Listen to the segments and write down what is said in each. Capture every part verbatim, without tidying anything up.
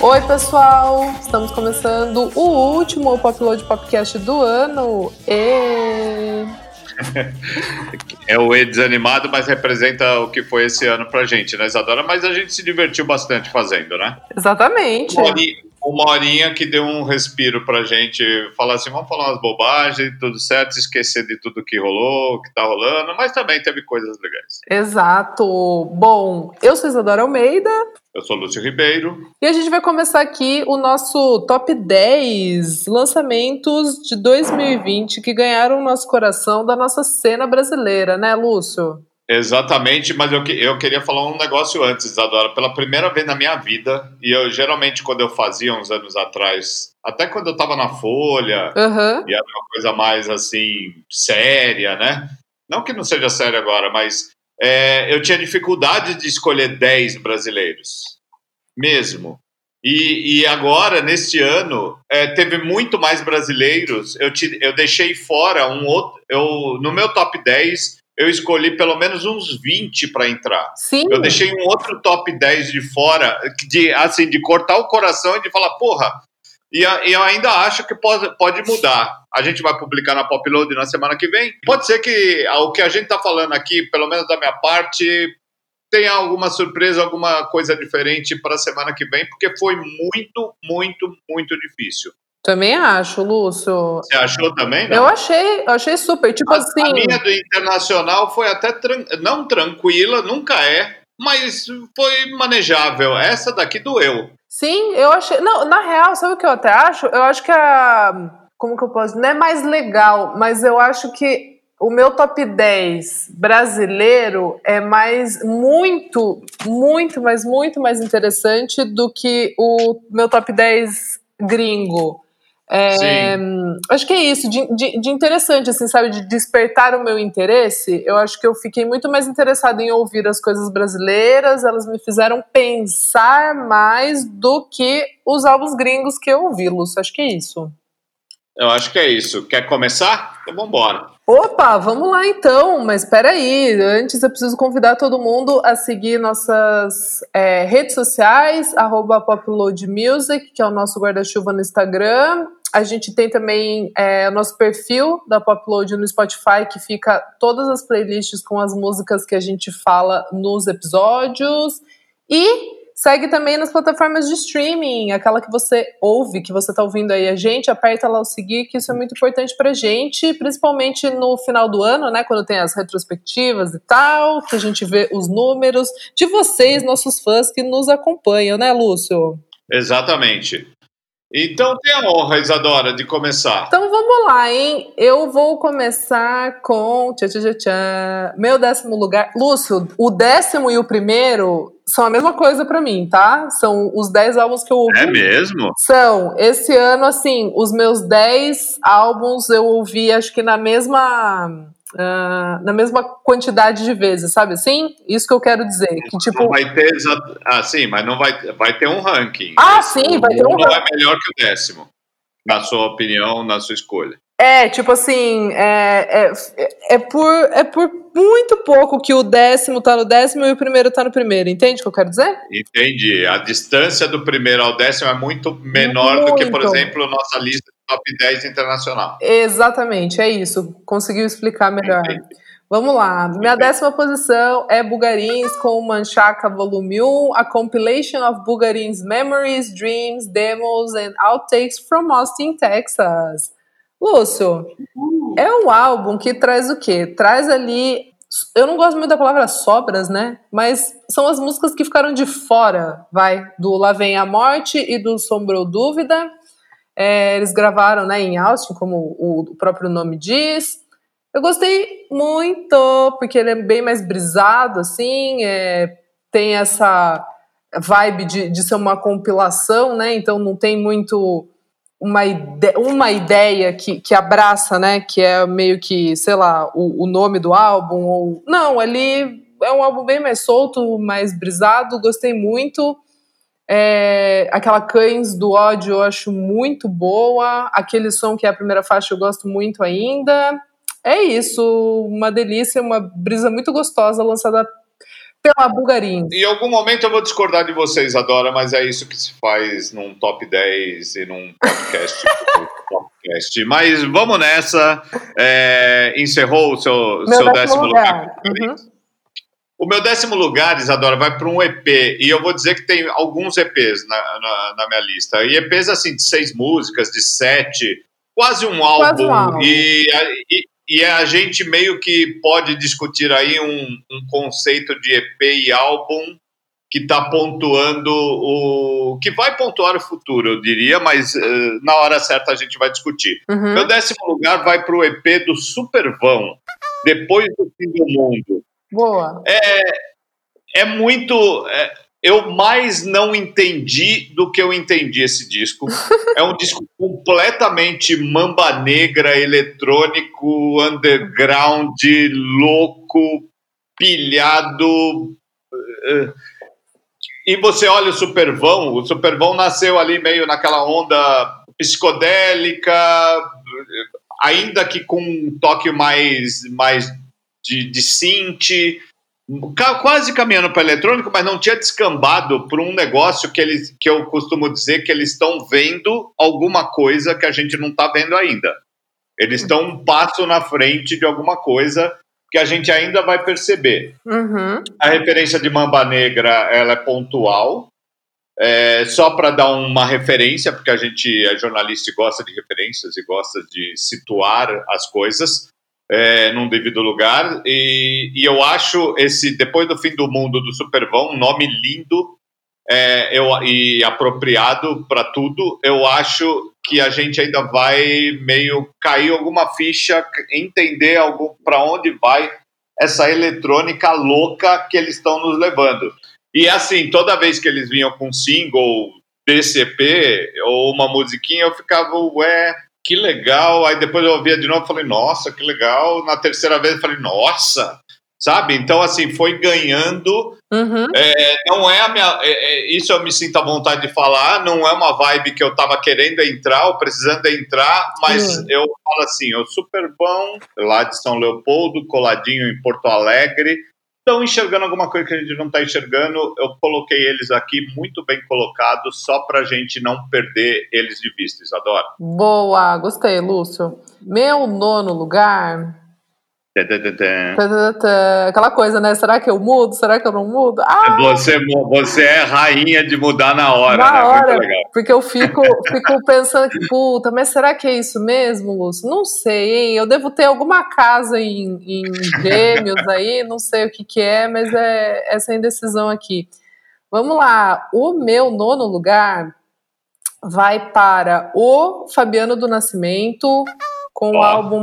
Oi, pessoal! Estamos começando o último Popload Podcast do ano. E... É o E desanimado, mas representa o que foi esse ano pra gente, né, Isadora? Mas a gente se divertiu bastante fazendo, né? Exatamente. Uma horinha, uma horinha que deu um respiro pra gente falar assim, vamos falar umas bobagens, tudo certo, esquecer de tudo que rolou, que tá rolando, mas também teve coisas legais. Exato. Bom, eu sou Isadora Almeida. Eu sou Lúcio Ribeiro. E a gente vai começar aqui o nosso top dez lançamentos de dois mil e vinte que ganharam o nosso coração da nossa cena brasileira, né, Lúcio? Exatamente, mas eu, eu queria falar um negócio antes, Isadora. Pela primeira vez na minha vida, e eu geralmente quando eu fazia uns anos atrás, até quando eu tava na Folha, uhum. e era uma coisa mais assim, séria, né? Não que não seja sério agora, mas é, eu tinha dificuldade de escolher dez brasileiros, mesmo. E, e agora, neste ano, é, teve muito mais brasileiros. Eu, te, eu deixei fora um outro. Eu, no meu top dez, eu escolhi pelo menos uns vinte para entrar. Sim. Eu deixei um outro top dez de fora, de, assim, de cortar o coração e de falar, porra, e, e eu ainda acho que pode, pode mudar. A gente vai publicar na Popload na semana que vem. Pode ser que o que a gente está falando aqui, pelo menos da minha parte, tenha alguma surpresa, alguma coisa diferente para a semana que vem, porque foi muito, muito, muito difícil. Também acho, Lúcio. Você achou também, não? Eu achei, eu achei super, tipo a, assim... A minha do Internacional foi até, tran... não tranquila, nunca é, mas foi manejável. Essa daqui doeu. Sim, eu achei... Não, na real, sabe o que eu até acho? Eu acho que a... Como que eu posso... Não é mais legal, mas eu acho que o meu top dez brasileiro é mais, muito, muito, mas muito mais interessante do que o meu top dez gringo. É, acho que é isso, de, de, de interessante, assim, sabe, de despertar o meu interesse. Eu acho que eu fiquei muito mais interessada em ouvir as coisas brasileiras, elas me fizeram pensar mais do que os álbuns gringos que eu ouvi, Lúcio, acho que é isso. Eu acho que é isso. Quer começar? Então vamos embora. Opa, vamos lá então, mas espera aí, antes eu preciso convidar todo mundo a seguir nossas é, redes sociais, arroba poploadmusic, que é o nosso guarda-chuva no Instagram. A gente tem também é, o nosso perfil da Popload no Spotify, que fica todas as playlists com as músicas que a gente fala nos episódios. E segue também nas plataformas de streaming, aquela que você ouve, que você tá ouvindo aí a gente, aperta lá o seguir, que isso é muito importante pra gente, principalmente no final do ano, né, quando tem as retrospectivas e tal, que a gente vê os números de vocês, nossos fãs que nos acompanham, né, Lúcio? Exatamente. Então tem a honra, Isadora, de começar. Então vamos lá, hein? Eu vou começar com tchá, tchá, tchá, tchá. Meu décimo lugar. Lúcio, o décimo e o primeiro são a mesma coisa pra mim, tá? São os dez álbuns que eu ouvi. É mesmo? São. Esse ano, assim, os meus dez álbuns eu ouvi, acho que na mesma... Uh, na mesma quantidade de vezes, sabe assim? Isso que eu quero dizer. Que, tipo... Não vai ter exa... Ah, sim, mas não vai, vai ter um ranking. Ah, esse sim, vai ter um ranking. É melhor que o décimo, na sua opinião, na sua escolha. É, tipo assim, é, é, é, por, é por muito pouco que o décimo tá no décimo e o primeiro tá no primeiro, entende o que eu quero dizer? Entendi. A distância do primeiro ao décimo é muito menor muito. do que, por exemplo, nossa lista de top dez internacional. Exatamente, é isso. Conseguiu explicar melhor. Entendi. Vamos lá. Minha Entendi. décima posição é Bugarins com Manchaca Volume um, a compilation of Bugarins Memories, Dreams, Demos and Outtakes from Austin, Texas. Lúcio, é um álbum que traz o quê? Traz ali... Eu não gosto muito da palavra sobras, né? Mas são as músicas que ficaram de fora, vai, do Lá Vem a Morte e do Sombrou Dúvida. É, eles gravaram, né, em Austin, como o próprio nome diz. Eu gostei muito, porque ele é bem mais brisado, assim, é, tem essa vibe de, de ser uma compilação, né? Então não tem muito... Uma, ide- uma ideia que, que abraça, né, que é meio que, sei lá, o, o nome do álbum, ou... Não, ali é um álbum bem mais solto, mais brisado, gostei muito. É, aquela Cães do Ódio eu acho muito boa, aquele som que é a primeira faixa eu gosto muito ainda. É isso, uma delícia, uma brisa muito gostosa, lançada pela Bulgarins. Em algum momento eu vou discordar de vocês, Adora, mas é isso que se faz num top dez e num podcast. podcast. Mas vamos nessa. É, encerrou o seu, Meu seu décimo décimo lugar. lugar. Uhum. O meu décimo lugar, Isadora, vai para um E P. E eu vou dizer que tem alguns E Ps na, na, na minha lista. E E Ps assim, de seis músicas, de sete, quase um álbum. Quase um álbum. E, e, e a gente meio que pode discutir aí um, um conceito de E P e álbum que está pontuando o... que vai pontuar o futuro, eu diria, mas uh, na hora certa a gente vai discutir. Uhum. Meu décimo lugar vai para o E P do Supervão, Depois do Fim do Mundo. Boa. É, é muito... É, eu mais não entendi do que eu entendi esse disco. É um disco completamente mamba negra, eletrônico, underground, louco, pilhado. E você olha o Supervão, o Supervão nasceu ali meio naquela onda psicodélica, ainda que com um toque mais, mais de, de synth, quase caminhando para eletrônico, mas não tinha descambado para um negócio que, eles, que eu costumo dizer que eles estão vendo alguma coisa que a gente não está vendo ainda. Eles estão um passo na frente de alguma coisa que a gente ainda vai perceber. Uhum. A referência de Mamba Negra, ela é pontual, é, só para dar uma referência, porque a gente é jornalista e gosta de referências e gosta de situar as coisas é, num devido lugar, e, e eu acho esse Depois do Fim do Mundo do Supervão um nome lindo é, eu, e apropriado para tudo. Eu acho que a gente ainda vai meio cair alguma ficha, entender para onde vai essa eletrônica louca que eles estão nos levando. E assim, toda vez que eles vinham com um single desse E P ou uma musiquinha, eu ficava, ué, que legal. Aí depois eu ouvia de novo e falei, nossa, que legal. Na terceira vez eu falei, nossa, sabe? Então, assim, foi ganhando. Uhum. É, não é a minha... É, é, isso eu me sinto à vontade de falar, não é uma vibe que eu tava querendo entrar ou precisando entrar, mas Sim. eu falo assim, o Supervão, lá de São Leopoldo, coladinho em Porto Alegre, estão enxergando alguma coisa que a gente não está enxergando. Eu coloquei eles aqui muito bem colocados, só pra gente não perder eles de vista, Isadora. Boa, gostei, Lúcio. Meu nono lugar... Aquela coisa, né? Será que eu mudo? Será que eu não mudo? Ah! Você, você é rainha de mudar na hora, na né? hora, Muito legal. Porque eu fico, fico pensando que, puta, mas será que é isso mesmo, Lúcio? Não sei, hein? Eu devo ter alguma casa em, em Gêmeos aí, não sei o que que é, mas é essa indecisão aqui. Vamos lá, o meu nono lugar vai para o Fabiano do Nascimento, com o Ó. álbum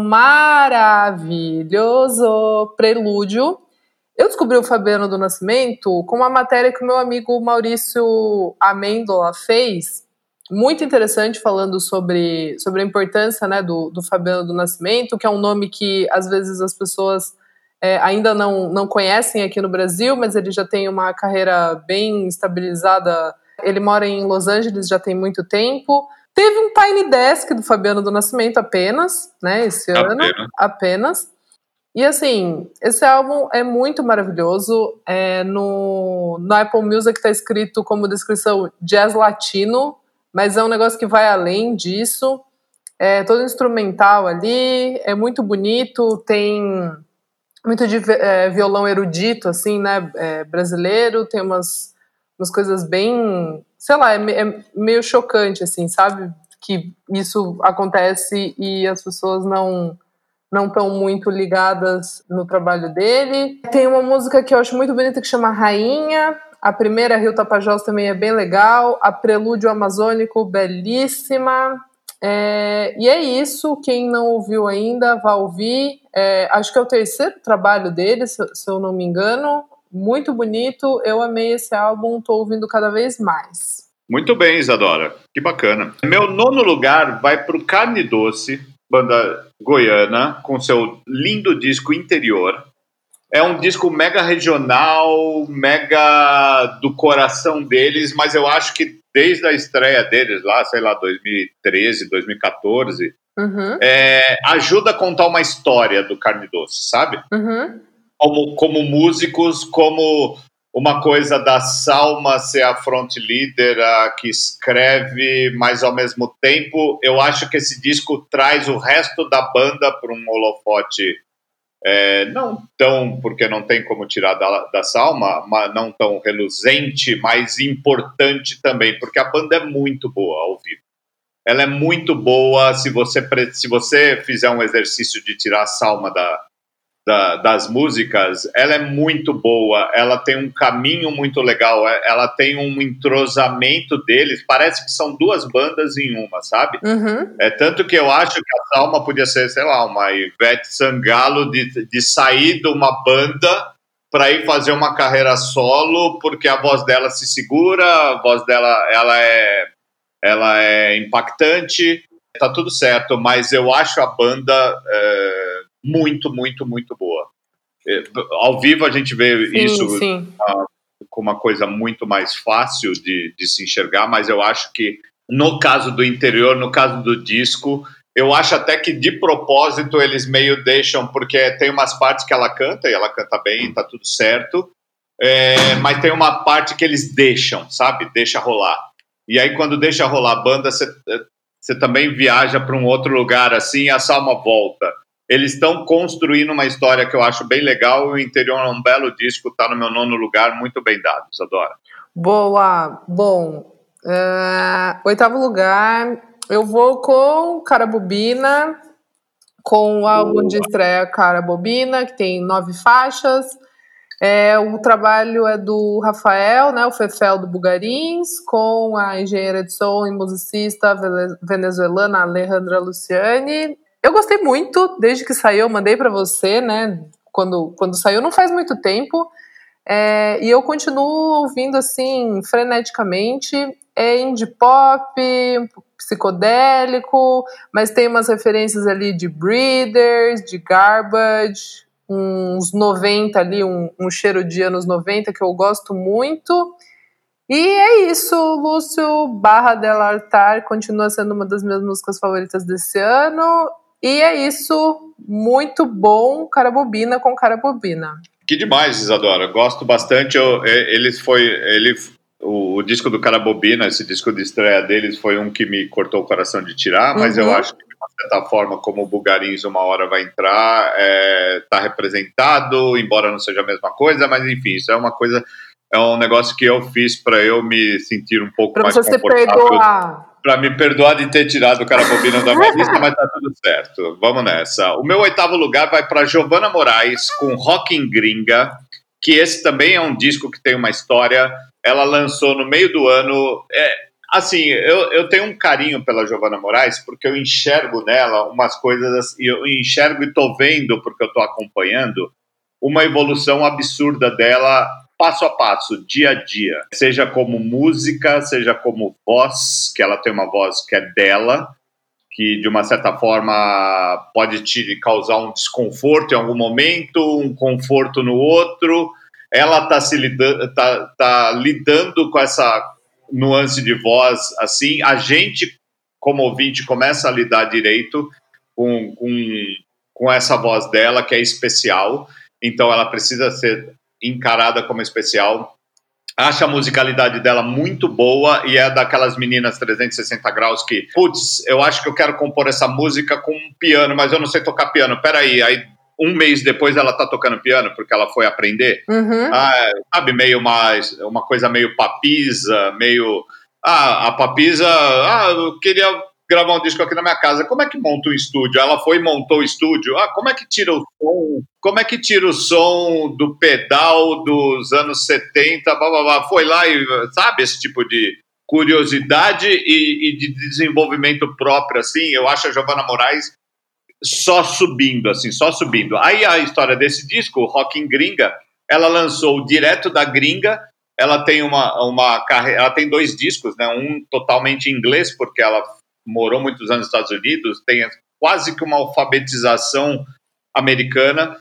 maravilhoso, Prelúdio. Eu descobri o Fabiano do Nascimento com uma matéria que o meu amigo Maurício Amêndola fez, muito interessante, falando sobre, sobre a importância, né, do, do Fabiano do Nascimento, que é um nome que às vezes as pessoas é, ainda não, não conhecem aqui no Brasil, mas ele já tem uma carreira bem estabilizada. Ele mora em Los Angeles já tem muito tempo. Teve um Tiny Desk do Fabiano do Nascimento apenas, né, esse ano, Apenas. apenas. E assim, esse álbum é muito maravilhoso. É, no, no Apple Music está escrito como descrição jazz latino, mas é um negócio que vai além disso. É todo instrumental ali, é muito bonito, tem muito de é, violão erudito, assim, né, é, brasileiro, tem umas, umas coisas bem, sei lá, é, é meio chocante, assim, sabe? Que isso acontece e as pessoas não... não estão muito ligadas no trabalho dele. Tem uma música que eu acho muito bonita que chama Rainha. A primeira, Rio Tapajós, também é bem legal. A Prelúdio Amazônico, belíssima. É, e é isso. Quem não ouviu ainda, vá ouvir. É, acho que é o terceiro trabalho dele, se, se eu não me engano. Muito bonito. Eu amei esse álbum, estou ouvindo cada vez mais. Muito bem, Isadora. Que bacana. Meu nono lugar vai para o Carne Doce, banda goiana, com seu lindo disco Interior. É um disco mega regional, mega do coração deles, mas eu acho que desde a estreia deles lá, sei lá, dois mil e treze, dois mil e quatorze, Uhum. é, ajuda a contar uma história do Carne Doce, sabe? Uhum. como, como músicos, como uma coisa da Salma ser a front leader, a que escreve, mas ao mesmo tempo eu acho que esse disco traz o resto da banda para um holofote, é, não tão, porque não tem como tirar da, da Salma, mas não tão reluzente, mas importante também, porque a banda é muito boa ao vivo. Ela é muito boa, se você, se você fizer um exercício de tirar a Salma da, da, das músicas, ela é muito boa, ela tem um caminho muito legal, ela tem um entrosamento deles, parece que são duas bandas em uma, sabe? Uhum. É tanto que eu acho que a Salma podia ser, sei lá, uma Ivete Sangalo de, de sair de uma banda para ir fazer uma carreira solo, porque a voz dela se segura, a voz dela ela é, ela é impactante, tá tudo certo, mas eu acho a banda é, muito, muito, muito boa. É, ao vivo a gente vê sim, isso sim. Uh, com uma coisa muito mais fácil de, de se enxergar, mas eu acho que no caso do Interior, no caso do disco, eu acho até que de propósito eles meio deixam, porque tem umas partes que ela canta, e ela canta bem, tá tudo certo, é, mas tem uma parte que eles deixam, sabe? Deixa rolar. E aí quando deixa rolar a banda, você também viaja para um outro lugar assim, e a Salma volta. Eles estão construindo uma história que eu acho bem legal, e o Interior é um belo disco, tá no meu nono lugar, muito bem dado, Isadora. Boa! Bom, uh, oitavo lugar, eu vou com Carabobina, com o álbum de estreia Carabobina, que tem nove faixas. É, o trabalho é do Rafael, né, o Fefel do Bugarins, com a engenheira de som e musicista venezuelana Alejandra Luciani. Eu gostei muito, desde que saiu, eu mandei para você, né, quando, quando saiu, não faz muito tempo, é, e eu continuo ouvindo, assim, freneticamente, é indie pop, psicodélico, mas tem umas referências ali de Breeders, de Garbage, uns noventa ali, um, um cheiro de anos noventa que eu gosto muito. E é isso, Lúcio, Barra del Altar continua sendo uma das minhas músicas favoritas desse ano. E é isso, muito bom, Carabobina com Carabobina. Que demais, Isadora, gosto bastante. Eu, eles foi, ele, o, o disco do Carabobina, esse disco de estreia deles, foi um que me cortou o coração de tirar, mas uhum. eu acho que de uma certa forma, como o Bugarins uma hora vai entrar, é, tá representado, embora não seja a mesma coisa, mas enfim, isso é uma coisa... É um negócio que eu fiz para eu me sentir um pouco pra mais você confortável. Se perdoar. Para me perdoar de ter tirado o Carabobina da minha lista, mas tá tudo certo. Vamos nessa. O meu oitavo lugar vai para Giovanna Moraes com Rockin' Gringa, que esse também é um disco que tem uma história. Ela lançou no meio do ano. É, assim, eu, eu tenho um carinho pela Giovanna Moraes porque eu enxergo nela umas coisas, e eu enxergo e tô vendo, porque eu tô acompanhando, uma evolução absurda dela passo a passo, dia a dia, seja como música, seja como voz, que ela tem uma voz que é dela, que de uma certa forma pode te causar um desconforto em algum momento, um conforto no outro. Ela está se lidando, tá, tá lidando com essa nuance de voz assim. A gente, como ouvinte, começa a lidar direito com, com, com essa voz dela, que é especial. Então ela precisa ser encarada como especial. Acho a musicalidade dela muito boa e é daquelas meninas trezentos e sessenta graus que, putz, eu acho que eu quero compor essa música com um piano, mas eu não sei tocar piano. Peraí, aí um mês depois ela tá tocando piano porque ela foi aprender. Uhum. Ah, sabe, meio mais, uma coisa meio Papisa, meio... Ah, a Papisa, ah, eu queria gravar um disco aqui na minha casa. Como é que monta um estúdio? Ela foi e montou o estúdio. Ah, como é que tira o som? Como é que tira o som do pedal dos anos setenta? Blá, blá, blá. Foi lá e, sabe, esse tipo de curiosidade e, e de desenvolvimento próprio, assim. Eu acho a Giovanna Moraes só subindo, assim, só subindo. Aí a história desse disco, Rockin' Gringa, ela lançou direto da gringa. Ela tem uma, uma carreira, ela tem dois discos, né? Um totalmente em inglês, porque ela morou muitos anos nos Estados Unidos, tem quase que uma alfabetização americana,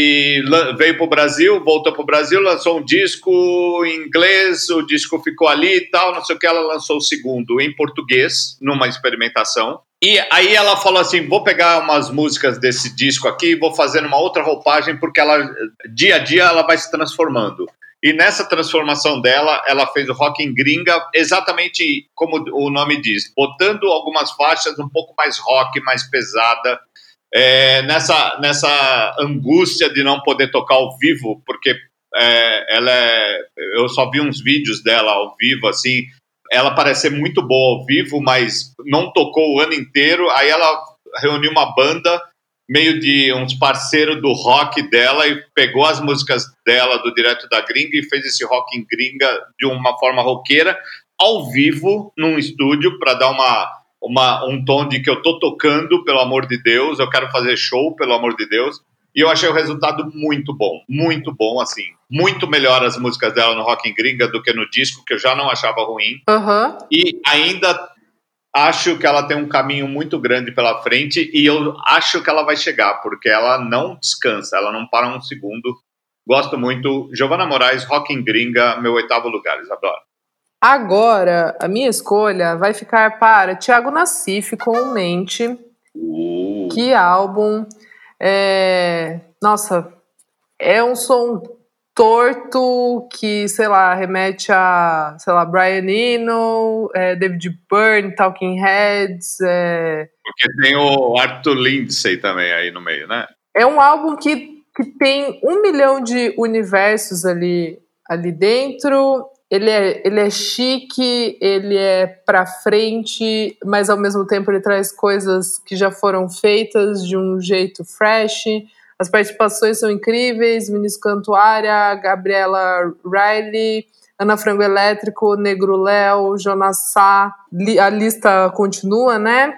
e veio para o Brasil, voltou para o Brasil, lançou um disco em inglês, o disco ficou ali e tal, não sei o que, ela lançou o segundo em português, numa experimentação, E aí ela falou assim, vou pegar umas músicas desse disco aqui e vou fazer uma outra roupagem, porque ela, dia a dia ela vai se transformando. E nessa transformação dela, ela fez o Rock em Gringa, exatamente como o nome diz, botando algumas faixas um pouco mais rock, mais pesada, é, nessa, nessa angústia de não poder tocar ao vivo, porque é, ela é, eu só vi uns vídeos dela ao vivo, assim, ela parece ser muito boa ao vivo, mas não tocou o ano inteiro, aí ela reuniu uma banda, meio de uns parceiros do rock dela, e pegou as músicas dela do Direto da Gringa e fez esse Rock em Gringa de uma forma roqueira, ao vivo, num estúdio, para dar uma, uma, um tom de que eu tô tocando, pelo amor de Deus, eu quero fazer show, pelo amor de Deus, e eu achei o resultado muito bom, muito bom, assim, muito melhor as músicas dela no Rock em Gringa do que no disco, que eu já não achava ruim, uhum. E ainda acho que ela tem um caminho muito grande pela frente e eu acho que ela vai chegar, porque ela não descansa, ela não para um segundo. Gosto muito. Giovanna Moraes, Rock em Gringa, meu oitavo lugar, Isadora. Agora, a minha escolha vai ficar para Thiago Nassif com Mente. Uh. Que álbum. É... Nossa, é um som torto que, sei lá, remete a, sei lá, Brian Eno, é, David Byrne, Talking Heads. É... Porque tem o Arthur Lindsay também aí no meio, né? É um álbum que, que tem um milhão de universos ali, ali dentro. Ele é, ele é chique, ele é pra frente, mas ao mesmo tempo ele traz coisas que já foram feitas de um jeito fresh. As participações são incríveis, Vinícius Cantuária, Gabriela Riley, Ana Frango Elétrico, Negro Léo, Jonas Sá, a lista continua, né?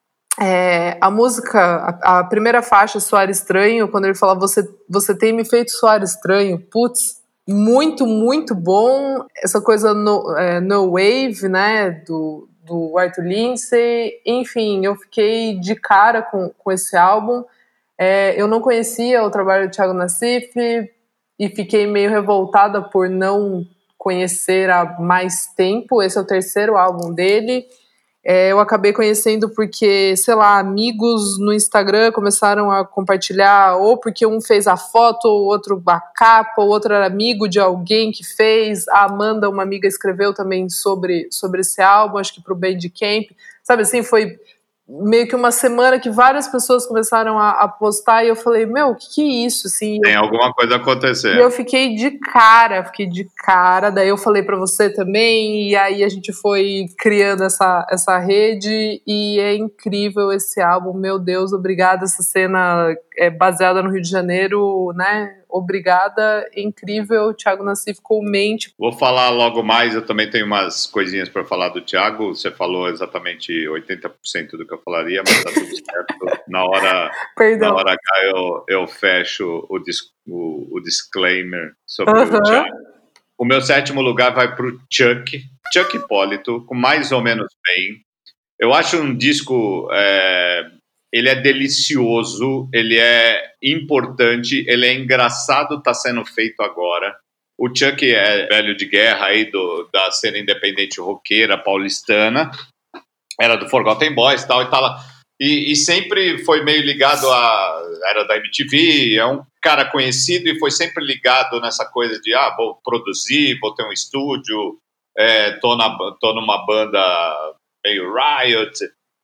É, a música, a, a primeira faixa, Soar Estranho, quando ele fala você, você tem me feito soar estranho, putz, muito, muito bom. Essa coisa no, é, no Wave, né, do, do Arthur Lindsay. Enfim, eu fiquei de cara com, com esse álbum. É, eu não conhecia o trabalho do Thiago Nassif e fiquei meio revoltada por não conhecer há mais tempo. Esse é o terceiro álbum dele. É, eu acabei conhecendo porque, sei lá, amigos no Instagram começaram a compartilhar, ou porque um fez a foto, ou outro a capa, ou outro era amigo de alguém que fez. A Amanda, uma amiga, escreveu também sobre, sobre esse álbum, acho que pro Bandcamp. Sabe assim, foi meio que uma semana que várias pessoas começaram a, a postar e eu falei, meu, o que, que é isso? Assim, Tem eu, alguma coisa acontecendo. E eu fiquei de cara, fiquei de cara, daí eu falei pra você também, e aí a gente foi criando essa, essa rede, e é incrível esse álbum, meu Deus, obrigada, essa cena é baseada no Rio de Janeiro, né, obrigada, incrível, Thiago Nassif com Mente. Vou falar logo mais, eu também tenho umas coisinhas para falar do Thiago, você falou exatamente oitenta por cento do que eu falaria, mas tá tudo certo, na hora, Perdão. na hora H eu, eu fecho o, dis, o, o disclaimer sobre uhum. o Thiago. O meu sétimo lugar vai pro Chuck, Chuck Hipólito, com Mais ou Menos Bem. Eu acho um disco... É, ele é delicioso, ele é importante, ele é engraçado, tá sendo feito agora. O Chuck é velho de guerra aí do, da cena independente roqueira paulistana, era do Forgotten Boys tal, e tal, e, e sempre foi meio ligado a... era da M T V, é um cara conhecido e foi sempre ligado nessa coisa de, ah, vou produzir, vou ter um estúdio, é, tô, na, tô numa banda meio Riot...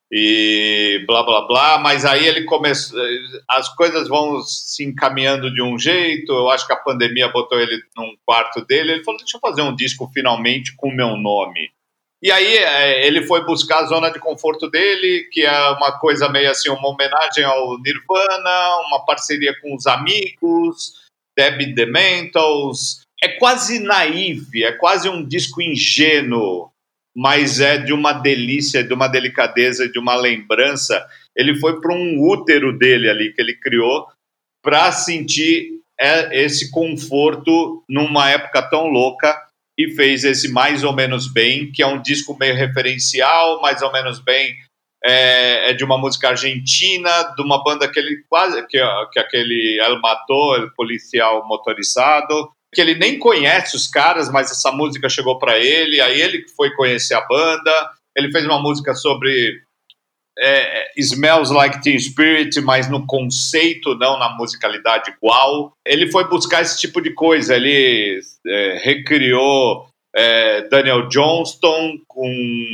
e blá blá blá, mas aí ele começou, as coisas vão se encaminhando de um jeito, eu acho que a pandemia botou ele num quarto dele, ele falou, deixa eu fazer um disco finalmente com o meu nome, e aí ele foi buscar a zona de conforto dele, que é uma coisa meio assim, uma homenagem ao Nirvana, uma parceria com os amigos, Debbie The Mentals, é quase naive, é quase um disco ingênuo, mas é de uma delícia, de uma delicadeza, de uma lembrança. Ele foi para um útero dele ali, que ele criou, para sentir esse conforto numa época tão louca, e fez esse Mais ou Menos Bem, que é um disco meio referencial, Mais ou Menos Bem é, é de uma música argentina, de uma banda que ele quase, que, que aquele El Mató, el policial motorizado, que ele nem conhece os caras, mas essa música chegou para ele, aí ele foi conhecer a banda, ele fez uma música sobre é, Smells Like Teen Spirit, mas no conceito, não na musicalidade igual. Ele foi buscar esse tipo de coisa. Ele é, recriou é, Daniel Johnston com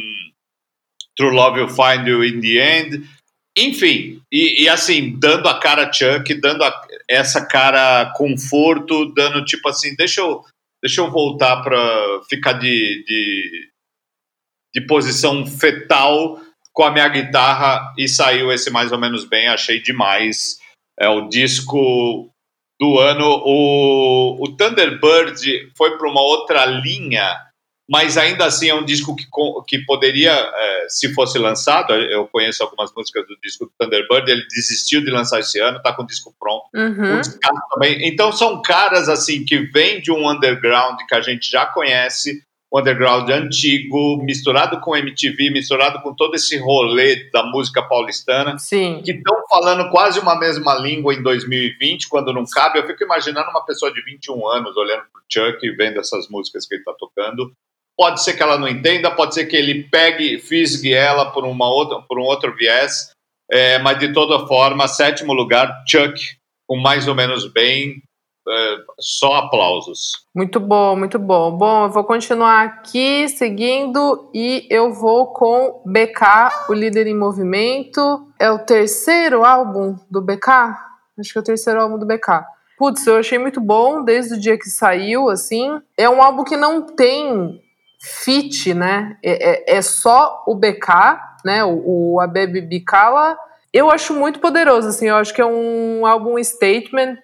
True Love Will Find You in the End. Enfim, e, e assim, dando a cara Chuck, dando a, essa cara conforto, dando tipo assim, deixa eu, deixa eu voltar para ficar de, de, de posição fetal com a minha guitarra, e saiu esse mais ou menos bem, achei demais. É o disco do ano. O, o Thunderbird foi para uma outra linha, mas ainda assim é um disco que, que poderia, é, se fosse lançado, eu conheço algumas músicas do disco do Thunderbird, ele desistiu de lançar esse ano, tá com o disco pronto. Uhum. O descarto também. Então são caras assim que vêm de um underground que a gente já conhece, um underground antigo, misturado com M T V, misturado com todo esse rolê da música paulistana. Sim. Que estão falando quase uma mesma língua em dois mil e vinte, quando não cabe. Eu fico imaginando uma pessoa de vinte e um anos olhando pro Chuck e vendo essas músicas que ele tá tocando. Pode ser que ela não entenda, pode ser que ele pegue, fisgue ela por, uma outra, por um outro viés, é, mas de toda forma, sétimo lugar, Chuck, com mais ou menos bem, é, só aplausos. Muito bom, muito bom. Bom, eu vou continuar aqui seguindo e eu vou com B K, o Líder em Movimento. É o terceiro álbum do B K? Acho que é o terceiro álbum do B K. Putz, eu achei muito bom desde o dia que saiu, assim. É um álbum que não tem feat, né? É, é, é só o B K, né? O, o Abebe Bikala. Eu acho muito poderoso, assim. Eu acho que é um álbum statement,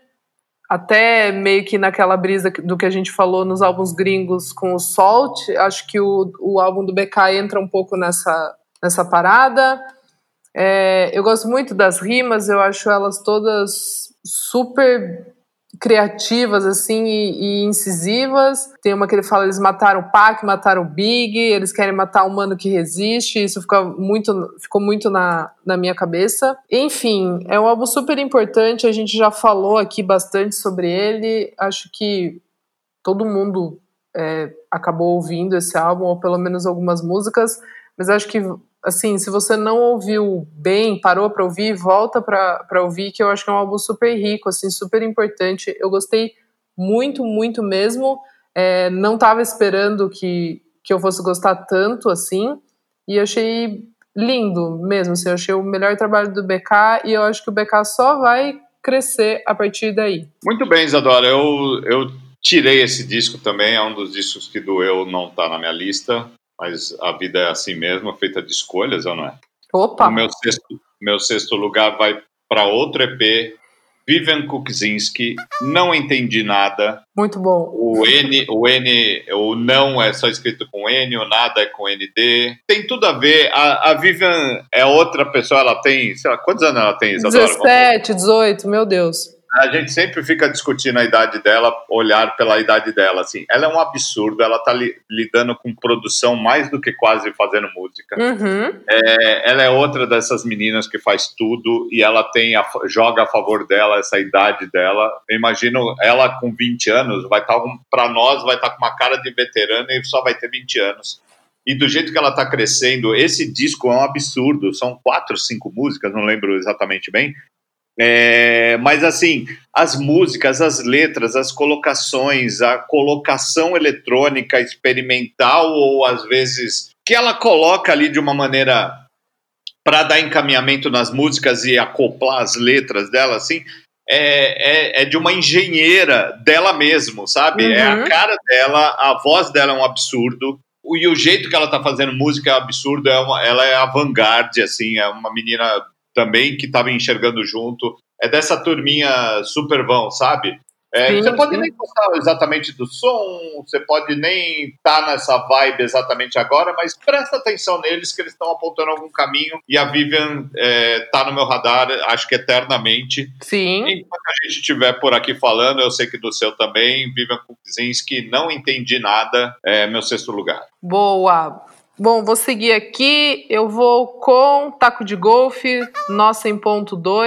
até meio que naquela brisa do que a gente falou nos álbuns gringos com o Salt. Acho que o, o álbum do B K entra um pouco nessa, nessa parada. É, eu gosto muito das rimas, eu acho elas todas super criativas, assim, e, e incisivas. Tem uma que ele fala, eles mataram o Pac, mataram o Big, eles querem matar o humano que resiste. Isso fica muito, ficou muito na, na minha cabeça. Enfim, é um álbum super importante, a gente já falou aqui bastante sobre ele. Acho que todo mundo é, acabou ouvindo esse álbum, ou pelo menos algumas músicas, mas acho que, assim, se você não ouviu bem, parou pra ouvir, volta pra, pra ouvir, que eu acho que é um álbum super rico, assim, super importante. Eu gostei muito, muito mesmo. É, não tava esperando que, que eu fosse gostar tanto, assim, e achei lindo mesmo, assim, eu achei o melhor trabalho do B K, e eu acho que o B K só vai crescer a partir daí. Muito bem, Isadora, eu, eu tirei esse disco também, é um dos discos que doeu não tá na minha lista. Mas a vida é assim mesmo, feita de escolhas, ou não é? Opa! O meu sexto, meu sexto lugar vai para outro E P, Vivian Kuczynski, Não Entendi Nada. Muito bom. O N, o N, o não é só escrito com N, o nada é com N D. Tem tudo a ver. A, a Vivian é outra pessoa, ela tem, sei lá, quantos anos ela tem, Isadora? dezessete, dezoito, meu Deus. A gente sempre fica discutindo a idade dela, olhar pela idade dela, assim. Ela é um absurdo, ela tá li, lidando com produção mais do que quase fazendo música. Uhum. É, ela é outra dessas meninas que faz tudo e ela tem a, joga a favor dela, essa idade dela. Eu imagino ela com vinte anos, vai estar, para nós, vai estar com uma cara de veterana e só vai ter vinte anos. E do jeito que ela tá crescendo, esse disco é um absurdo. São quatro, cinco músicas, não lembro exatamente bem. É, mas assim, as músicas, as letras, as colocações, a colocação eletrônica experimental, ou às vezes que ela coloca ali de uma maneira para dar encaminhamento nas músicas e acoplar as letras dela, assim, é, é, é de uma engenheira dela mesmo, sabe? Uhum. É a cara dela, a voz dela é um absurdo. E o jeito que ela tá fazendo música é um absurdo. É uma, ela é avant-garde, assim, é uma menina também que estava enxergando junto, é dessa turminha super vão, sabe? É, sim, você pode sim. nem gostar exatamente do som, você pode nem estar tá nessa vibe exatamente agora, mas presta atenção neles que eles estão apontando algum caminho, e a Vivian é, tá no meu radar, acho que eternamente. Sim. Enquanto a gente estiver por aqui falando, eu sei que do seu também, Vivian Kuczynski, Não Entendi Nada, é meu sexto lugar. Boa! Bom, vou seguir aqui, eu vou com Taco de Golfe, Nossa em Ponto dois.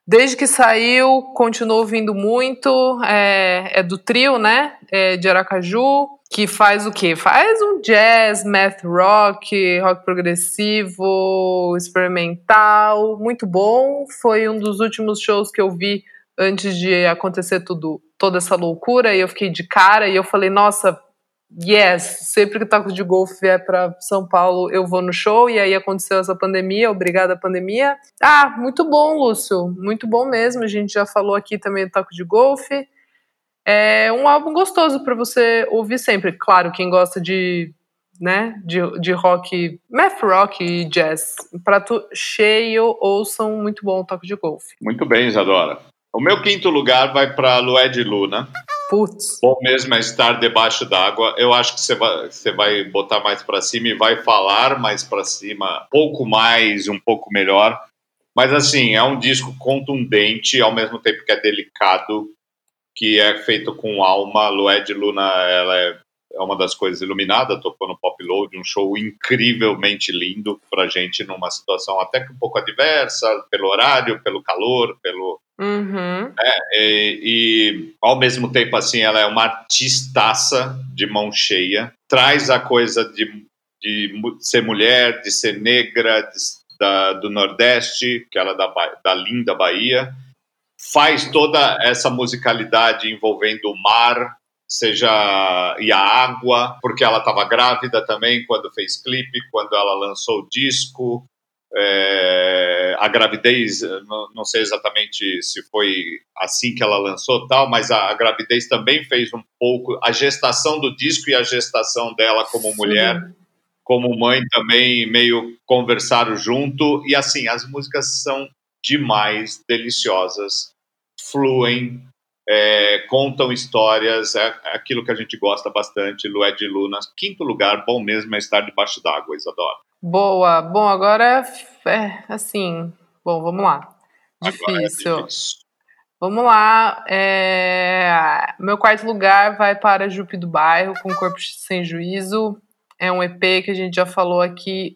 Desde que saiu, continuo ouvindo muito. É, é do trio, né? É de Aracaju, que faz o quê? Faz um jazz, math rock, rock progressivo, experimental, muito bom. Foi um dos últimos shows que eu vi antes de acontecer tudo, toda essa loucura, e eu fiquei de cara, e eu falei, nossa, yes, sempre que o Taco de Golfe vier para São Paulo, eu vou no show, e aí aconteceu essa pandemia, obrigada pandemia. Ah, muito bom, Lúcio, muito bom mesmo, a gente já falou aqui também do Taco de Golfe. É um álbum gostoso para você ouvir sempre. Claro, quem gosta de, né, de, de rock, math rock e jazz, prato cheio, ouçam, muito bom o Taco de Golfe. Muito bem, Isadora. O meu quinto lugar vai para Lué de Luna. Putz. Bom mesmo é estar debaixo d'água. Eu acho que você vai, você vai botar mais para cima e vai falar mais para cima, pouco mais, um pouco melhor. Mas assim, é um disco contundente, ao mesmo tempo que é delicado, que é feito com alma. Lué de Luna, ela é, é uma das coisas iluminadas, tocou no Pop Load, um show incrivelmente lindo pra gente, numa situação até que um pouco adversa, pelo horário, pelo calor, pelo... Uhum. É, e, e ao mesmo tempo, assim, ela é uma artistaça de mão cheia, traz a coisa de, de ser mulher, de ser negra, de, da, do Nordeste, que ela é da, da linda Bahia, faz toda essa musicalidade envolvendo o mar, seja e a água, porque ela estava grávida também quando fez clipe, quando ela lançou o disco. É, a gravidez, não, não sei exatamente se foi assim que ela lançou tal, mas a, a gravidez também fez um pouco, a gestação do disco e a gestação dela como Sim. mulher, como mãe também meio conversaram junto, e assim, as músicas são demais, deliciosas, fluem, é, contam histórias, é aquilo que a gente gosta bastante. Lué de Luna, quinto lugar, bom mesmo é estar debaixo d'água, Isadora. Boa, bom, agora é, é assim, bom, vamos lá, Agora difícil, é difícil. Vamos lá, é... meu quarto lugar vai para Jupe do Bairro, com Corpo Sem Juízo, é um E P que a gente já falou aqui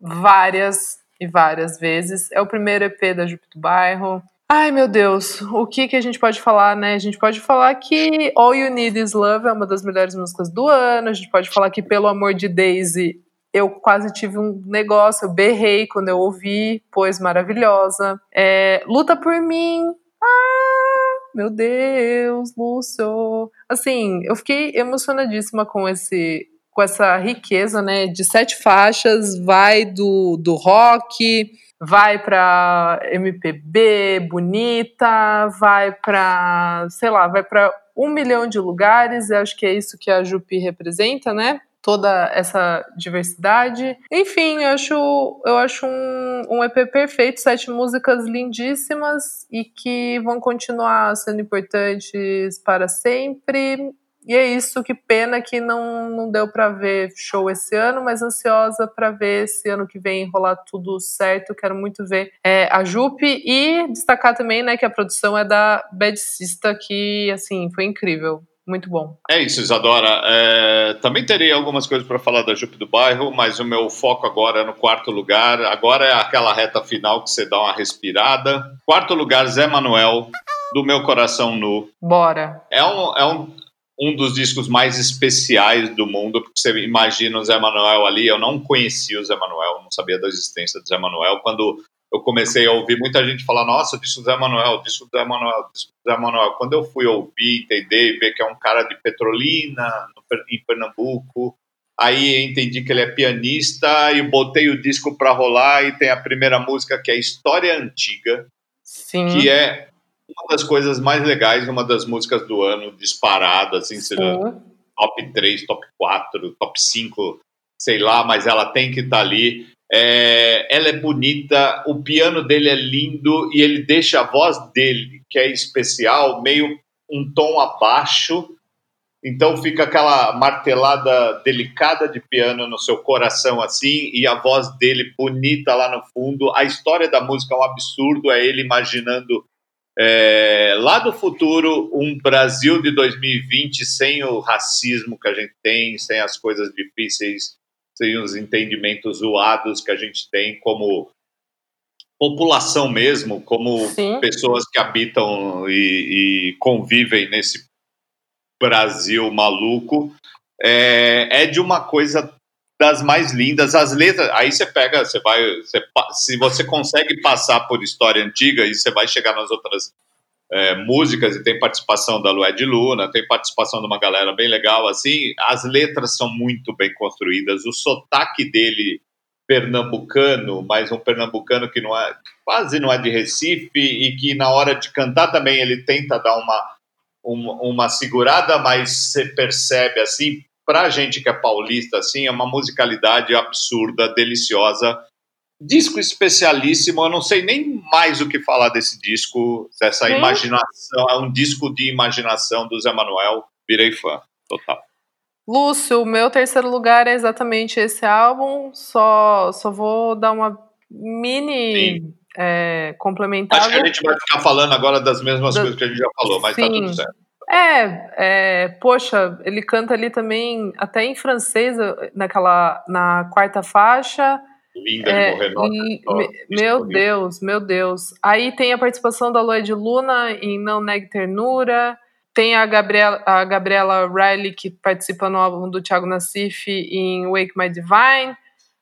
várias e várias vezes, é o primeiro E P da Jupe do Bairro. Ai, meu Deus, o que, que a gente pode falar, né? A gente pode falar que All You Need Is Love é uma das melhores músicas do ano, a gente pode falar que Pelo Amor de Daisy, eu quase tive um negócio, eu berrei quando eu ouvi, pois maravilhosa. É, Luta Por Mim, ah, meu Deus, Lúcio. Assim, eu fiquei emocionadíssima com esse... com essa riqueza, né, de sete faixas, vai do, do rock, vai pra M P B, bonita, vai pra, sei lá, vai pra um milhão de lugares, eu acho que é isso que a Jupi representa, né? Toda essa diversidade. Enfim, eu acho, eu acho um, um E P perfeito, sete músicas lindíssimas e que vão continuar sendo importantes para sempre. E é isso, que pena que não, não deu para ver show esse ano, mas ansiosa para ver esse ano que vem rolar tudo certo. Quero muito ver é, a Jupe e destacar também, né, que a produção é da Bad Sista, que, assim, foi incrível. Muito bom. É isso, Isadora. É, também teria algumas coisas para falar da Jupe do Bairro, mas o meu foco agora é no quarto lugar. Agora é aquela reta final que você dá uma respirada. Quarto lugar, Zé Manuel, Do Meu Coração Nu. Bora. É um, é um, um dos discos mais especiais do mundo, porque você imagina o Zé Manuel ali. Eu não conhecia o Zé Manuel, não sabia da existência do Zé Manuel. Quando eu comecei a ouvir muita gente falar, nossa, disco do Zé Manuel, disco do Zé Manuel, disco do Zé Manuel. Quando eu fui ouvir, entender e ver que é um cara de Petrolina, em Pernambuco, aí entendi que ele é pianista e botei o disco para rolar e tem a primeira música que é História Antiga, Sim. que é uma das coisas mais legais, uma das músicas do ano, disparada, assim, seja top três, top quatro, top cinco, sei lá, mas ela tem que estar tá ali. É, ela é bonita, o piano dele é lindo e ele deixa a voz dele, que é especial, meio um tom abaixo, então fica aquela martelada delicada de piano no seu coração assim, e a voz dele bonita lá no fundo. A história da música é um absurdo, é ele imaginando é, lá do futuro um Brasil de dois mil e vinte sem o racismo que a gente tem, sem as coisas difíceis, sem os entendimentos zoados que a gente tem, como população mesmo, como Sim. pessoas que habitam e, e convivem nesse Brasil maluco, é, é de uma coisa das mais lindas. As letras, aí você pega, você vai, você, se você consegue passar por história antiga, e você vai chegar nas outras é, músicas, e tem participação da Lued Luna, tem participação de uma galera bem legal, assim, as letras são muito bem construídas, o sotaque dele pernambucano, mas um pernambucano que não é, quase não é de Recife, e que na hora de cantar também ele tenta dar uma, uma, uma segurada, mas você percebe, assim, pra gente que é paulista, assim, é uma musicalidade absurda, deliciosa, disco especialíssimo, eu não sei nem mais o que falar desse disco, essa Sim. imaginação, é um disco de imaginação do Zé Manuel, virei fã, total. Lúcio, o meu terceiro lugar é exatamente esse álbum, só, só vou dar uma mini é, complementada. Acho que a gente vai ficar falando agora das mesmas Da... coisas que a gente já falou, mas Sim. tá tudo certo. É, é, poxa, ele canta ali também, até em francês, naquela, na quarta faixa. Linda é, de morrer, nossa, me, Meu Deus, meu Deus. Aí tem a participação da Lued Luna em Não Negue Ternura. Tem a Gabriela, a Gabriela Riley, que participa no álbum do Thiago Nassif em Wake My Divine.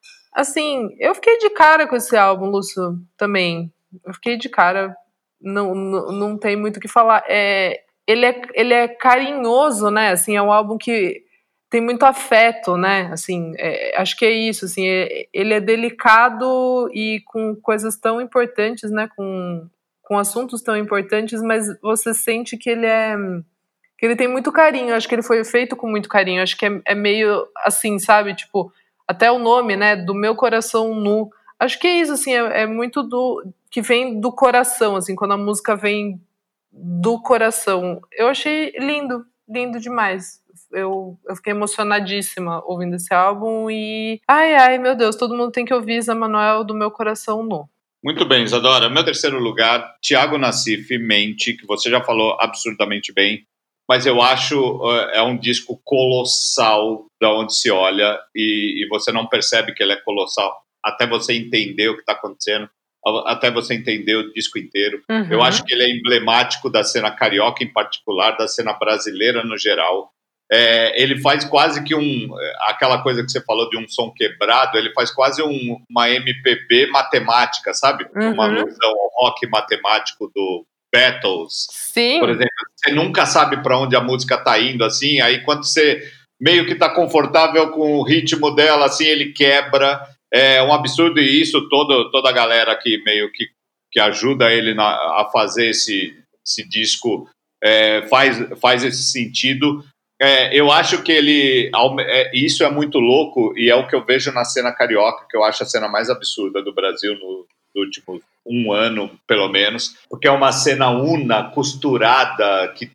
Assim, eu fiquei de cara com esse álbum, Lúcio, também. Eu fiquei de cara. Não, não, não tem muito o que falar. É, ele, é, ele é carinhoso, né? Assim, é um álbum que tem muito afeto, né? Assim, é, acho que é isso. Assim, é, ele é delicado e com coisas tão importantes, né? Com, com assuntos tão importantes, mas você sente que ele é... que ele tem muito carinho. Acho que ele foi feito com muito carinho. Acho que é, é meio assim, sabe? Tipo, até o nome, né? Do Meu Coração Nu. Acho que é isso, assim, é, é muito do... que vem do coração, assim, quando a música vem do coração. Eu achei lindo, lindo demais. Eu, eu fiquei emocionadíssima ouvindo esse álbum e... Ai, ai, meu Deus, todo mundo tem que ouvir Zé Manuel do Meu Coração Nu. Muito bem, Isadora. Meu terceiro lugar, Thiago Nassif, Mente, que você já falou absurdamente bem, mas eu acho uh, é um disco colossal da onde se olha e, e você não percebe que ele é colossal até você entender o que está acontecendo, até você entender o disco inteiro. Uhum. Eu acho que ele é emblemático da cena carioca em particular, da cena brasileira no geral. É, ele faz quase que um... aquela coisa que você falou de um som quebrado, ele faz quase um, uma M P B matemática, sabe? Uhum. Uma alusão ao rock matemático do Beatles. Sim. Por exemplo, você nunca sabe para onde a música tá indo, assim, aí quando você meio que tá confortável com o ritmo dela, assim, ele quebra. É um absurdo, e isso todo, toda a galera que meio que, que ajuda ele na, a fazer esse, esse disco é, faz, faz esse sentido. É, eu acho que ele... É, isso é muito louco, e é o que eu vejo na cena carioca, que eu acho a cena mais absurda do Brasil no, no último um ano, pelo menos, porque é uma cena una, costurada, que,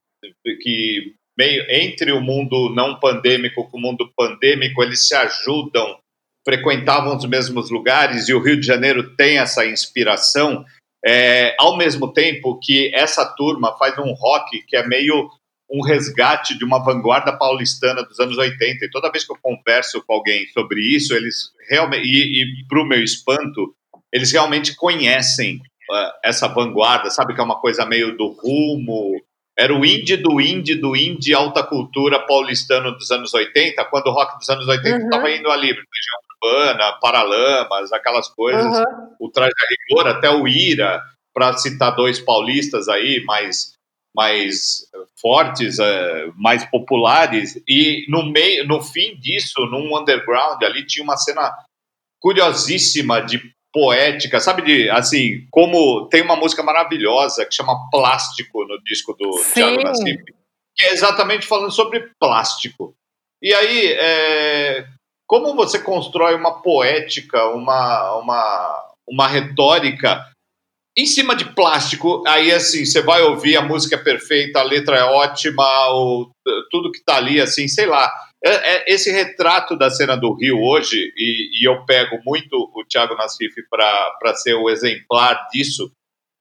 que meio entre o mundo não pandêmico com o mundo pandêmico, eles se ajudam, frequentavam os mesmos lugares, e o Rio de Janeiro tem essa inspiração, é, ao mesmo tempo que essa turma faz um rock que é meio um resgate de uma vanguarda paulistana dos anos oitenta, e toda vez que eu converso com alguém sobre isso, eles realmente, e, e para o meu espanto, eles realmente conhecem uh, essa vanguarda, sabe, que é uma coisa meio do Rumo, era o indie do indie do indie alta cultura paulistano dos anos oitenta, quando o rock dos anos oitenta estava uhum. indo ali, Legião Urbana, Paralamas, aquelas coisas, uhum. o Traje a Rigor, até o Ira, para citar dois paulistas aí, mais, mais fortes, uh, mais populares, e no, meio, no fim disso, num underground ali, tinha uma cena curiosíssima de poética, sabe, de, assim, como tem uma música maravilhosa que chama Plástico no disco do Sim. Thiago Nassif, que é exatamente falando sobre plástico. E aí, é, como você constrói uma poética, uma, uma, uma retórica em cima de plástico, aí assim, você vai ouvir, a música é perfeita, a letra é ótima, o, tudo que tá ali, assim, sei lá. É, é esse retrato da cena do Rio hoje, e, e eu pego muito o Thiago Nassif para ser o exemplar disso,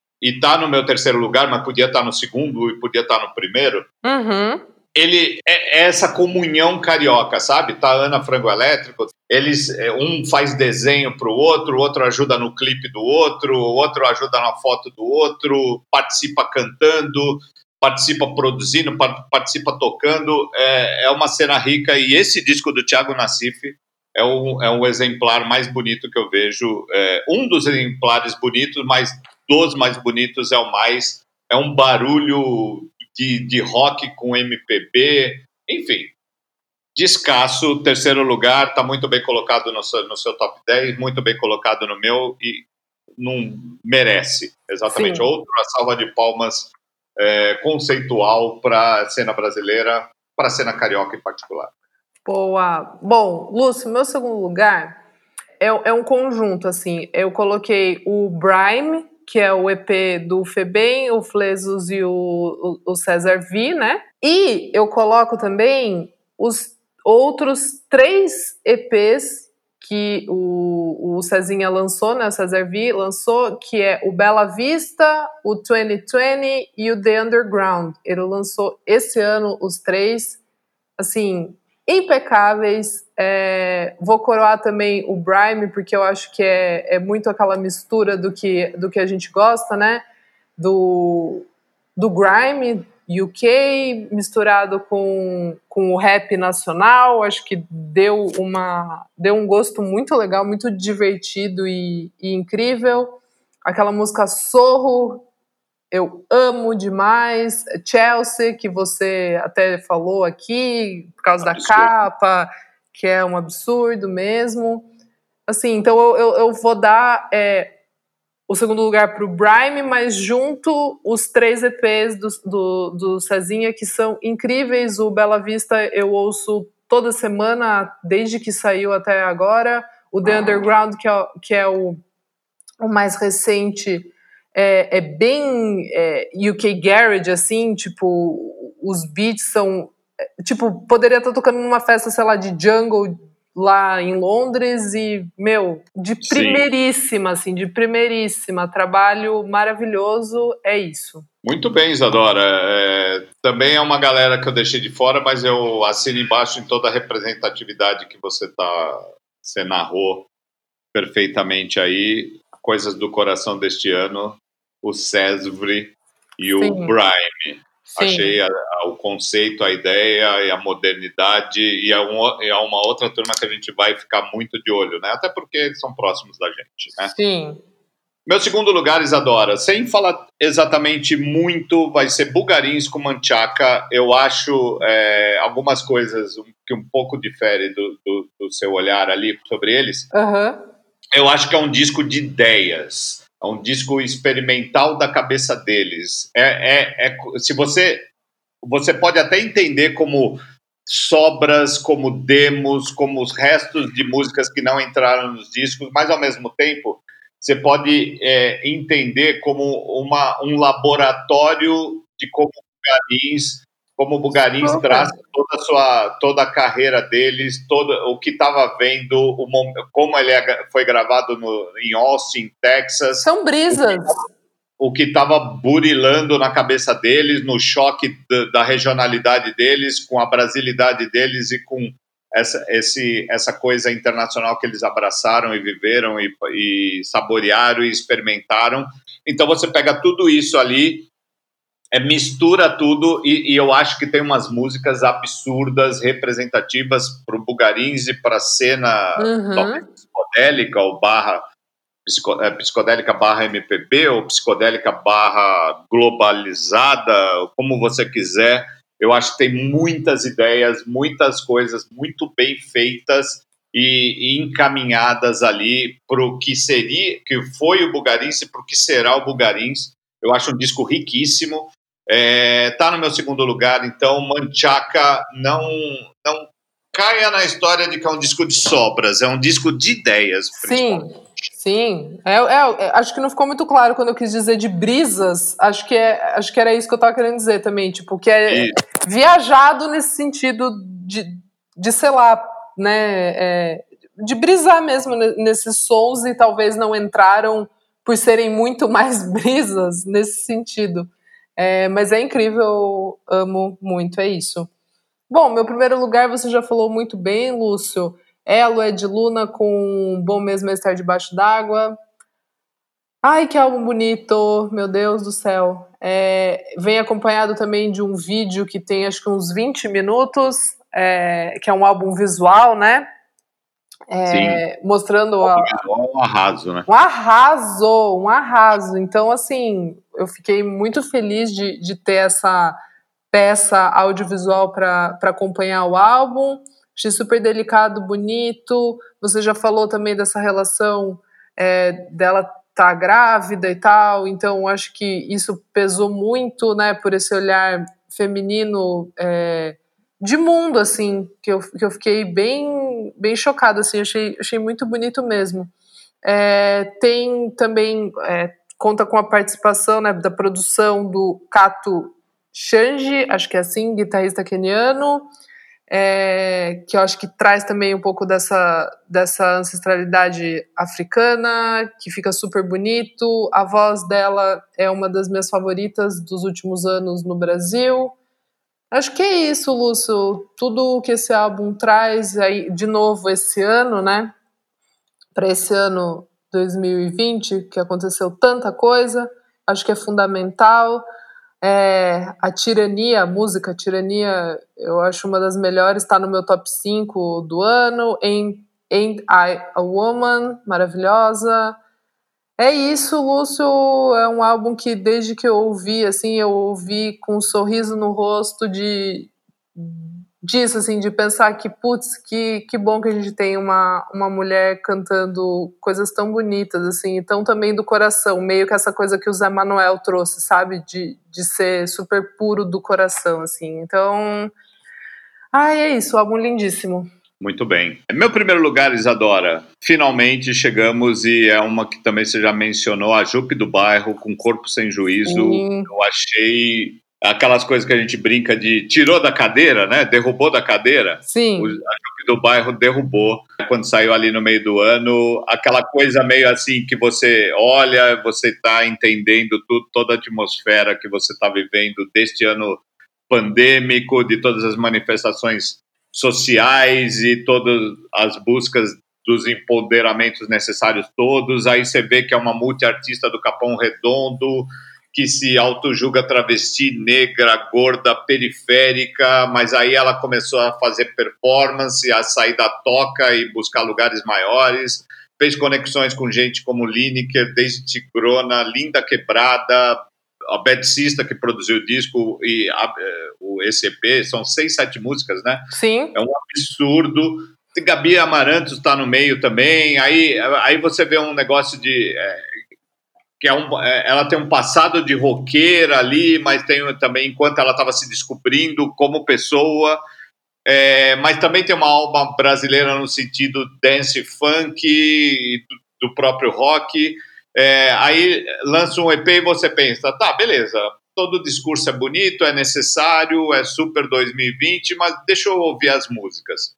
e tá no meu terceiro lugar, mas podia estar tá no segundo e podia estar tá no primeiro. Uhum. Ele é, é essa comunhão carioca, sabe? Tá Ana Frango Elétrico, eles, um faz desenho para o outro, o outro ajuda no clipe do outro, o outro ajuda na foto do outro, participa cantando, participa produzindo, participa tocando, é, é uma cena rica, e esse disco do Thiago Nassif é o, é o exemplar mais bonito que eu vejo, é, um dos exemplares bonitos, mas dos mais bonitos é o mais, é um barulho de, de rock com M P B, enfim, descasso, terceiro lugar, está muito bem colocado no seu, no seu top dez, muito bem colocado no meu, e não merece, exatamente, Sim. outra salva de palmas é, conceitual para a cena brasileira, para a cena carioca em particular. Boa. Bom, Lúcio, meu segundo lugar é, é um conjunto, assim, eu coloquei o Brime, que é o E P do Febem, o Flesos e o, o, o César V, né? E eu coloco também os outros três E Ps que o, o Cezinha lançou, né? O César V lançou, que é o Bela Vista, o dois mil e vinte e o The Underground. Ele lançou esse ano os três, assim, impecáveis. É, vou coroar também o Brime, porque eu acho que é, é muito aquela mistura do que, do que a gente gosta, né? Do, do grime U K misturado com, com o rap nacional. Acho que deu, uma, deu um gosto muito legal, muito divertido e, e incrível. Aquela música Sorro, eu amo demais. Chelsea, que você até falou aqui, por causa absurdo. Da capa, que é um absurdo mesmo. Assim, então eu, eu, eu vou dar é, o segundo lugar para o Brime, mas junto os três E Ps do, do, do Cezinha, que são incríveis. O Bela Vista eu ouço toda semana, desde que saiu até agora. O The Underground, que é, que é o, o mais recente, É, é bem é, U K Garage, assim, tipo, os beats são, tipo, poderia estar tocando numa festa, sei lá, de jungle lá em Londres e, meu, de primeiríssima, Sim. assim, de primeiríssima, trabalho maravilhoso, é isso. Muito bem, Isadora, é, também é uma galera que eu deixei de fora, mas eu assino embaixo em toda a representatividade que você tá, você narrou perfeitamente aí, coisas do coração deste ano, o César e Sim. o Brime. Sim. Achei a, a, o conceito, a ideia e a modernidade, e é, um, é uma outra turma que a gente vai ficar muito de olho, né? Até porque eles são próximos da gente, né? Sim. Meu segundo lugar, Isadora, sem falar exatamente muito, vai ser Bugarins com Manchaca. Eu acho é, algumas coisas que um pouco diferem do, do, do seu olhar ali sobre eles. Uhum. Eu acho que é um disco de ideias, é um disco experimental da cabeça deles. É, é, é, se você, você pode até entender como sobras, como demos, como os restos de músicas que não entraram nos discos, mas ao mesmo tempo você pode é, entender como uma, um laboratório de como Bugarins, como o Bugarins traz toda a sua toda a carreira deles, todo o que estava vendo, o, como ele é, foi gravado no, em Austin, Texas. São brisas. O que estava burilando na cabeça deles, no choque da, da regionalidade deles, com a brasilidade deles e com essa, esse, essa coisa internacional que eles abraçaram e viveram e, e saborearam e experimentaram. Então você pega tudo isso ali, é, mistura tudo e, e eu acho que tem umas músicas absurdas, representativas para o Bugarins e para a cena uhum. psicodélica ou barra, psico, é, psicodélica barra M P B ou psicodélica barra globalizada, como você quiser. Eu acho que tem muitas ideias, muitas coisas muito bem feitas e, e encaminhadas ali para o que seria, que foi o Bugarins e para o que será o Bugarins. Eu acho um disco riquíssimo. É, tá no meu segundo lugar, então Manchaca não, não caia na história de que é um disco de sobras, é um disco de ideias. Sim, sim. É, é, acho que não ficou muito claro quando eu quis dizer de brisas. Acho que, é, acho que era isso que eu estava querendo dizer também, tipo, que é isso. Viajado nesse sentido de, de sei lá, né, é, de brisar mesmo nesses sons e talvez não entraram por serem muito mais brisas nesse sentido. É, mas é incrível, amo muito, é isso. Bom, meu primeiro lugar você já falou muito bem, Lúcio. Elo, Ed Luna com Bom Mesmo é Estar Debaixo d'Água. Ai, que álbum bonito, meu Deus do céu. É, vem acompanhado também de um vídeo que tem acho que uns vinte minutos, é, que é um álbum visual, né? É, mostrando a, um arraso, né? Um arraso, um arraso. Então, assim, eu fiquei muito feliz de, de ter essa peça audiovisual para acompanhar o álbum. Achei super delicado, bonito. Você já falou também dessa relação é, dela estar grávida e tal. Então, acho que isso pesou muito, né, por esse olhar feminino é, de mundo, assim, que eu, que eu fiquei bem, bem chocada, assim. Achei, achei muito bonito mesmo. É, tem também, é, conta com a participação, né, da produção do Kato Shanji, acho que é assim, guitarrista queniano, é, que eu acho que traz também um pouco dessa, dessa ancestralidade africana, que fica super bonito. A voz dela é uma das minhas favoritas dos últimos anos no Brasil. Acho que é isso, Lúcio. Tudo que esse álbum traz, aí, de novo, esse ano, né? Para esse ano dois mil e vinte, que aconteceu tanta coisa, acho que é fundamental. É, a Tirania, a música Tirania, eu acho uma das melhores, está no meu top cinco do ano. Ain't, Ain't I a Woman, maravilhosa. É isso, Lúcio, é um álbum que desde que eu ouvi, assim, eu ouvi com um sorriso no rosto de... disso, assim, de pensar que, putz, que, que bom que a gente tem uma, uma mulher cantando coisas tão bonitas, assim, e tão também do coração, meio que essa coisa que o Zé Manuel trouxe, sabe, de, de ser super puro do coração, assim, então, ai, é isso, álbum lindíssimo. Muito bem. Meu primeiro lugar, Isadora, finalmente chegamos, e é uma que também você já mencionou, a Jupe do Bairro, com Corpo Sem Juízo. Sim. Eu achei aquelas coisas que a gente brinca de tirou da cadeira, né? Derrubou da cadeira. Sim. A Jupe do Bairro derrubou. Quando saiu ali no meio do ano, aquela coisa meio assim que você olha, você está entendendo tudo, toda a atmosfera que você está vivendo deste ano pandêmico, de todas as manifestações sociais e todas as buscas dos empoderamentos necessários todos. Aí você vê que é uma multiartista do Capão Redondo, que se autojulga travesti, negra, gorda, periférica, mas aí ela começou a fazer performance, a sair da toca e buscar lugares maiores, fez conexões com gente como Lineker, desde Tigrona, Linda Quebrada, a Bad Sista, que produziu o disco, e a, o E C P, são seis, sete músicas, né? Sim. É um absurdo. Gabi Amarantos está no meio também. Aí, aí você vê um negócio de... É, que é um, é, ela tem um passado de roqueira ali, mas tem também, enquanto ela estava se descobrindo como pessoa, é, mas também tem uma alma brasileira no sentido dance funk, do, do próprio rock. É, aí lança um E P e você pensa, tá, beleza, todo discurso é bonito, é necessário, é super dois mil e vinte, mas deixa eu ouvir as músicas.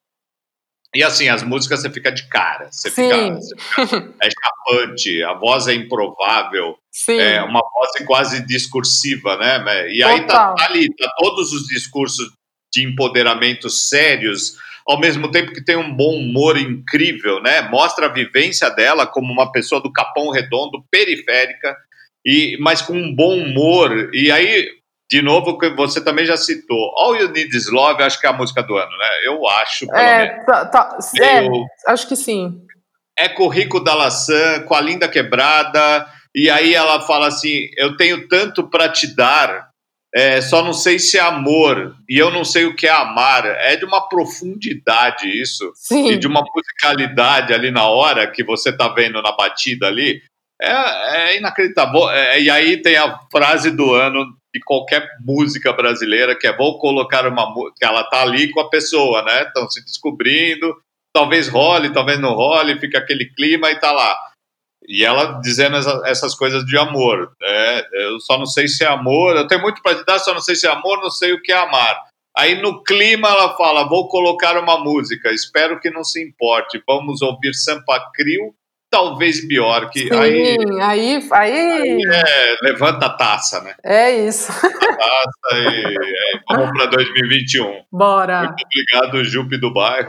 E assim, as músicas você fica de cara, você, fica, você fica, é chapante, a voz é improvável, Sim. É uma voz quase discursiva, né? E aí tá, tá ali, tá todos os discursos de empoderamento sérios, ao mesmo tempo que tem um bom humor incrível, né? Mostra a vivência dela como uma pessoa do Capão Redondo, periférica, e, mas com um bom humor. E aí, de novo, que você também já citou, All You Need Is Love, acho que é a música do ano, né? Eu acho, pelo é, menos. Tá, tá, é, Eu, acho que sim. É com o Rico da Laçã, com a Linda Quebrada, e aí ela fala assim, eu tenho tanto para te dar, É, só não sei se é amor, e eu não sei o que é amar. É de uma profundidade isso. Sim. E de uma musicalidade ali na hora que você tá vendo na batida ali. É, é inacreditável. É, e aí tem a frase do ano de qualquer música brasileira, que é vou colocar uma música, que ela tá ali com a pessoa, né? Estão se descobrindo, talvez role, talvez não role, fica aquele clima e tá lá. E ela dizendo essa, essas coisas de amor. É, eu só não sei se é amor, eu tenho muito para te dar, só não sei se é amor, não sei o que é amar. Aí no clima ela fala, vou colocar uma música, espero que não se importe, vamos ouvir Sampa Crio, talvez Bjork. Sim, aí, aí, aí... aí é, levanta a taça, né? É isso. A taça e é, vamos para dois mil e vinte e um. Bora. Muito obrigado, Jupe do Bairro.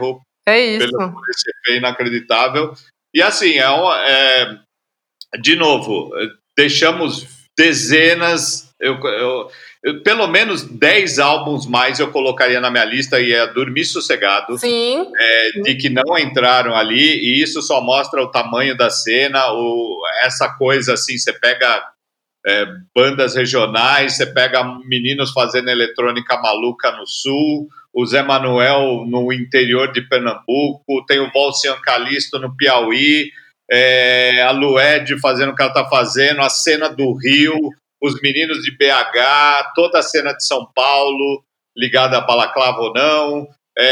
É isso. Pelo, por esse E P inacreditável. E assim, é, uma, é de novo, deixamos dezenas, eu, eu, eu, pelo menos dez álbuns mais eu colocaria na minha lista e é Dormir Sossegado. Sim. É, de que não entraram ali, e isso só mostra o tamanho da cena, o, essa coisa assim, você pega é, bandas regionais, você pega meninos fazendo eletrônica maluca no sul, o Zé Manuel no interior de Pernambuco, tem o Volcian Calisto no Piauí, é, a Lued fazendo o que ela está fazendo, a cena do Rio, os meninos de B H, toda a cena de São Paulo, ligada a balaclava ou não,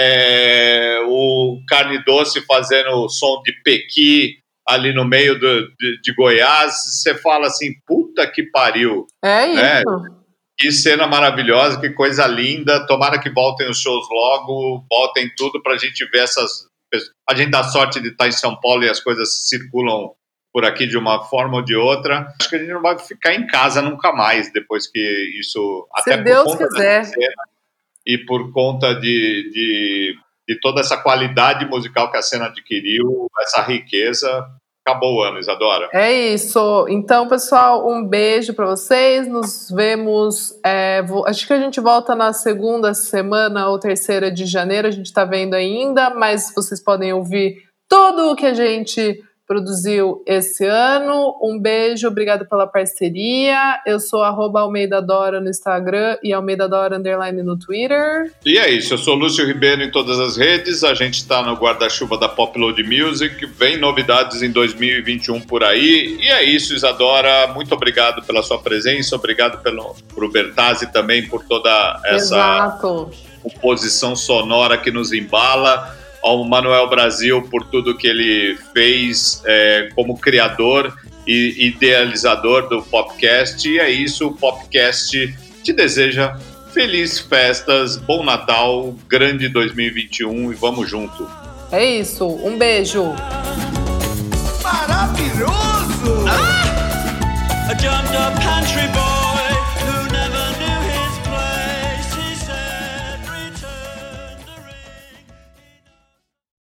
é, o Carne Doce fazendo o som de Pequi ali no meio do, de, de Goiás, você fala assim, puta que pariu. É isso. Né? Que cena maravilhosa, que coisa linda, tomara que voltem os shows logo, voltem tudo pra gente ver essas... A gente dá sorte de estar em São Paulo e as coisas circulam por aqui de uma forma ou de outra. Acho que a gente não vai ficar em casa nunca mais depois que isso... Se até Deus por conta quiser. Cena, e por conta de, de, de toda essa qualidade musical que a cena adquiriu, essa riqueza. Acabou o ano, Isadora. É isso. Então, pessoal, um beijo para vocês. Nos vemos. É, vou, acho que a gente volta na segunda semana ou terceira de janeiro. A gente está vendo ainda, mas vocês podem ouvir tudo o que a gente produziu esse ano. Um beijo, obrigado pela parceria. Eu sou arroba Almeida Dora no Instagram e Almeida Dora underline no Twitter. E é isso, eu sou Lúcio Ribeiro em todas as redes. A gente está no guarda-chuva da Pop Load Music. Vem novidades em dois mil e vinte e um por aí. E é isso, Isadora. Muito obrigado pela sua presença. Obrigado pelo, pro Bertazzi também por toda essa Exato. composição sonora que nos embala. Ao Manuel Brasil por tudo que ele fez é, como criador e idealizador do Popcast. E é isso, o Popcast te deseja feliz festas, bom Natal, grande dois mil e vinte e um e vamos junto. É isso, um beijo. Maravilhoso! Ah!